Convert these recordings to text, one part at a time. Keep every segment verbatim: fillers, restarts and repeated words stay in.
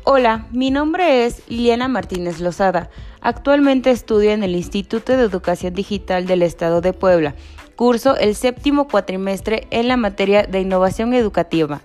Hola, mi nombre es Liliana Martínez Lozada. Actualmente estudio en el Instituto de Educación Digital del Estado de Puebla. Curso el séptimo cuatrimestre en la materia de innovación educativa.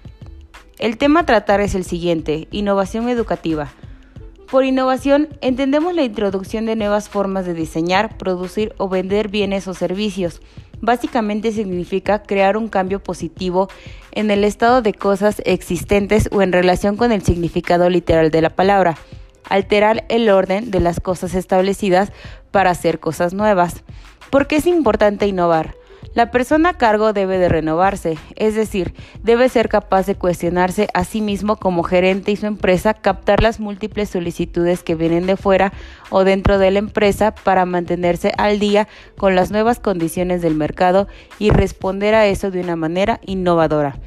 El tema a tratar es el siguiente: innovación educativa. Por innovación entendemos la introducción de nuevas formas de diseñar, producir o vender bienes o servicios. Básicamente significa crear un cambio positivo en el estado de cosas existentes o en relación con el significado literal de la palabra. Alterar el orden de las cosas establecidas para hacer cosas nuevas. ¿Por qué es importante innovar? La persona a cargo debe de renovarse, es decir, debe ser capaz de cuestionarse a sí mismo como gerente y su empresa, captar las múltiples solicitudes que vienen de fuera o dentro de la empresa para mantenerse al día con las nuevas condiciones del mercado y responder a eso de una manera innovadora.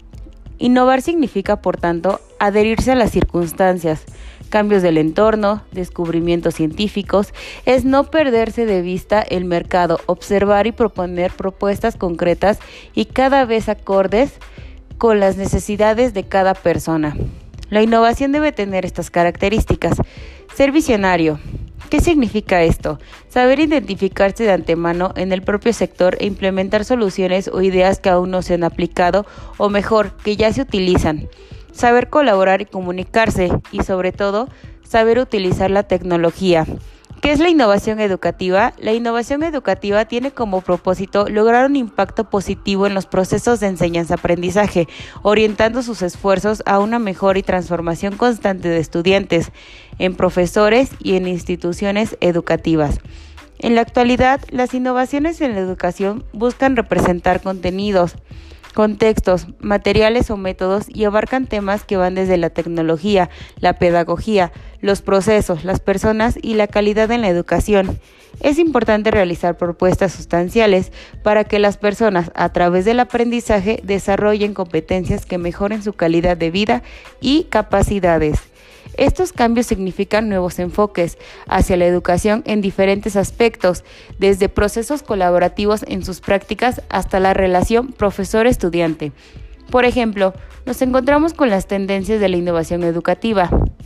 Innovar significa, por tanto, adherirse a las circunstancias, cambios del entorno, descubrimientos científicos, es no perderse de vista el mercado, observar y proponer propuestas concretas y cada vez acordes con las necesidades de cada persona. La innovación debe tener estas características. Ser visionario. ¿Qué significa esto? Saber identificarse de antemano en el propio sector e implementar soluciones o ideas que aún no se han aplicado o mejor, que ya se utilizan. Saber colaborar y comunicarse y sobre todo, saber utilizar la tecnología. ¿Qué es la innovación educativa? La innovación educativa tiene como propósito lograr un impacto positivo en los procesos de enseñanza-aprendizaje, orientando sus esfuerzos a una mejora y transformación constante de estudiantes, en profesores y en instituciones educativas. En la actualidad, las innovaciones en la educación buscan representar contenidos, contextos, materiales o métodos y abarcan temas que van desde la tecnología, la pedagogía, los procesos, las personas y la calidad en la educación. Es importante realizar propuestas sustanciales para que las personas, a través del aprendizaje, desarrollen competencias que mejoren su calidad de vida y capacidades. Estos cambios significan nuevos enfoques hacia la educación en diferentes aspectos, desde procesos colaborativos en sus prácticas hasta la relación profesor-estudiante. Por ejemplo, nos encontramos con las tendencias de la innovación educativa.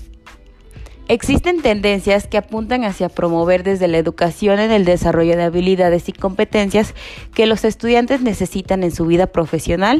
Existen tendencias que apuntan hacia promover desde la educación en el desarrollo de habilidades y competencias que los estudiantes necesitan en su vida profesional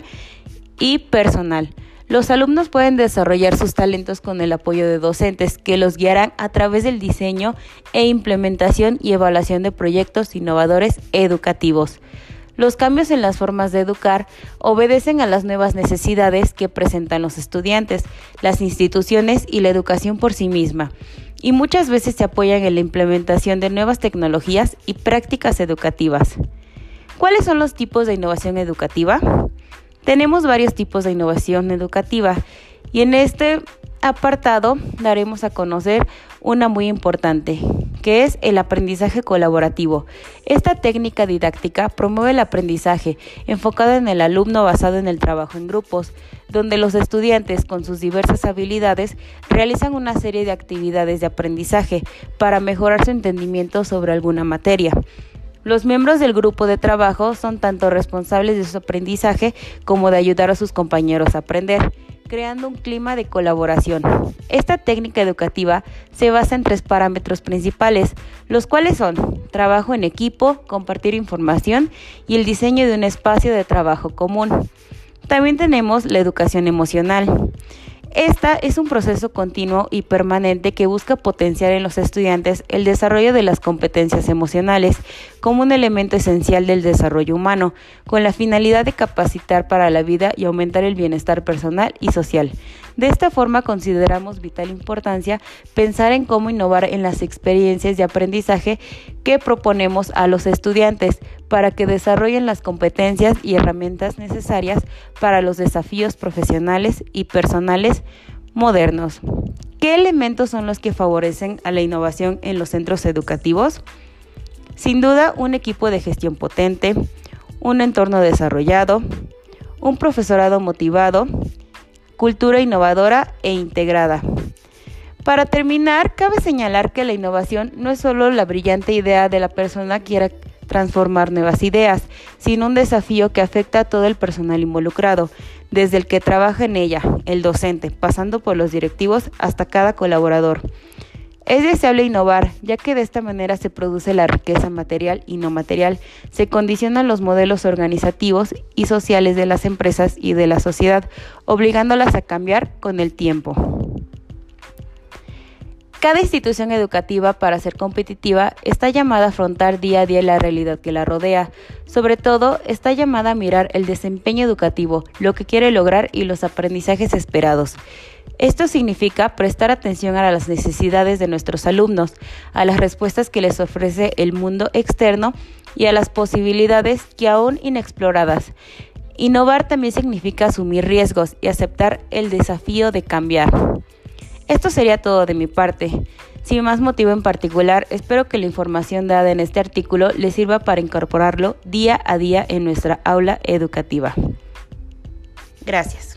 y personal. Los alumnos pueden desarrollar sus talentos con el apoyo de docentes que los guiarán a través del diseño e implementación y evaluación de proyectos innovadores educativos. Los cambios en las formas de educar obedecen a las nuevas necesidades que presentan los estudiantes, las instituciones y la educación por sí misma, y muchas veces se apoyan en la implementación de nuevas tecnologías y prácticas educativas. ¿Cuáles son los tipos de innovación educativa? Tenemos varios tipos de innovación educativa y en este apartado daremos a conocer una muy importante, que es el aprendizaje colaborativo. Esta técnica didáctica promueve el aprendizaje enfocado en el alumno basado en el trabajo en grupos, donde los estudiantes con sus diversas habilidades realizan una serie de actividades de aprendizaje para mejorar su entendimiento sobre alguna materia. Los miembros del grupo de trabajo son tanto responsables de su aprendizaje como de ayudar a sus compañeros a aprender, creando un clima de colaboración. Esta técnica educativa se basa en tres parámetros principales, los cuales son trabajo en equipo, compartir información y el diseño de un espacio de trabajo común. También tenemos la educación emocional. Esta es un proceso continuo y permanente que busca potenciar en los estudiantes el desarrollo de las competencias emocionales como un elemento esencial del desarrollo humano, con la finalidad de capacitar para la vida y aumentar el bienestar personal y social. De esta forma consideramos vital importancia pensar en cómo innovar en las experiencias de aprendizaje que proponemos a los estudiantes para que desarrollen las competencias y herramientas necesarias para los desafíos profesionales y personales modernos. ¿Qué elementos son los que favorecen a la innovación en los centros educativos? Sin duda, un equipo de gestión potente, un entorno desarrollado, un profesorado motivado, cultura innovadora e integrada. Para terminar, cabe señalar que la innovación no es solo la brillante idea de la persona que quiera transformar nuevas ideas, sino un desafío que afecta a todo el personal involucrado, desde el que trabaja en ella, el docente, pasando por los directivos hasta cada colaborador. Es deseable innovar, ya que de esta manera se produce la riqueza material y no material, se condicionan los modelos organizativos y sociales de las empresas y de la sociedad, obligándolas a cambiar con el tiempo. Cada institución educativa, para ser competitiva, está llamada a afrontar día a día la realidad que la rodea. Sobre todo, está llamada a mirar el desempeño educativo, lo que quiere lograr y los aprendizajes esperados. Esto significa prestar atención a las necesidades de nuestros alumnos, a las respuestas que les ofrece el mundo externo y a las posibilidades que aún inexploradas. Innovar también significa asumir riesgos y aceptar el desafío de cambiar. Esto sería todo de mi parte. Sin más motivo en particular, espero que la información dada en este artículo les sirva para incorporarlo día a día en nuestra aula educativa. Gracias.